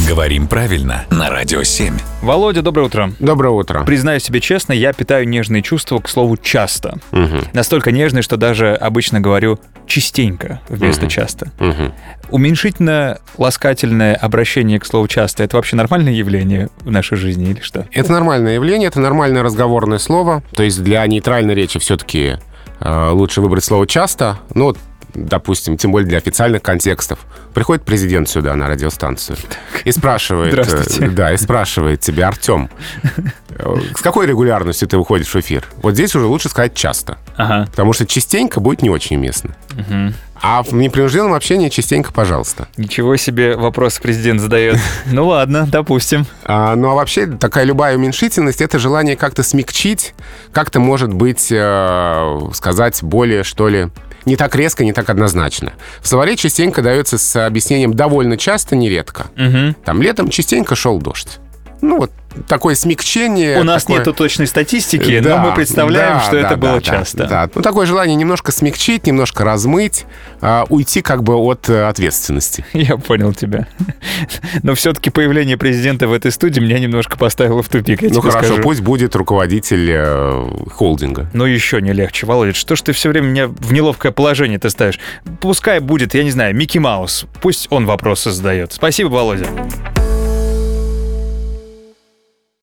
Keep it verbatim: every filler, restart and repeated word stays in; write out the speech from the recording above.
Говорим правильно на Радио семь. Володя, доброе утро. Доброе утро. Признаюсь себе честно, я питаю нежные чувства к слову «часто». Угу. Настолько нежные, что даже обычно говорю «частенько» вместо Угу. «часто». Угу. Уменьшительно-ласкательное обращение к слову «часто» — это вообще нормальное явление в нашей жизни или что? Это нормальное явление, это нормальное разговорное слово. То есть для нейтральной речи все-таки э, лучше выбрать слово «часто». Ну, вот, допустим, тем более для официальных контекстов. Приходит президент сюда на радиостанцию и спрашивает... Здравствуйте. Да, и спрашивает тебя: Артем, с какой регулярностью ты выходишь в эфир? Вот здесь уже лучше сказать «часто». Ага. Потому что частенько будет не очень уместно. Угу. А в непринужденном общении частенько «пожалуйста». Ничего себе вопрос президент задает. Ну ладно, допустим. А, ну а вообще такая любая уменьшительность — это желание как-то смягчить, как-то, может быть, э, сказать более, что ли, не так резко, не так однозначно. В словаре частенько дается с объяснением «довольно часто», «нередко». Угу. Там летом частенько шел дождь. Ну вот такое смягчение. У нас такое... нету точной статистики, Да, но мы представляем, да, что да, это да, было да, часто. Да. Ну такое желание немножко смягчить, немножко размыть, а, уйти как бы от э, ответственности. Я понял тебя. Но все-таки появление президента в этой студии меня немножко поставило в тупик, я Ну тебе хорошо, скажу. пусть будет руководитель э, холдинга. Ну еще не легче, Володя. Что ж ты все время меня в неловкое положение ты ставишь? Пускай будет, я не знаю, Микки Маус. Пусть он вопросы задает. Спасибо, Володя.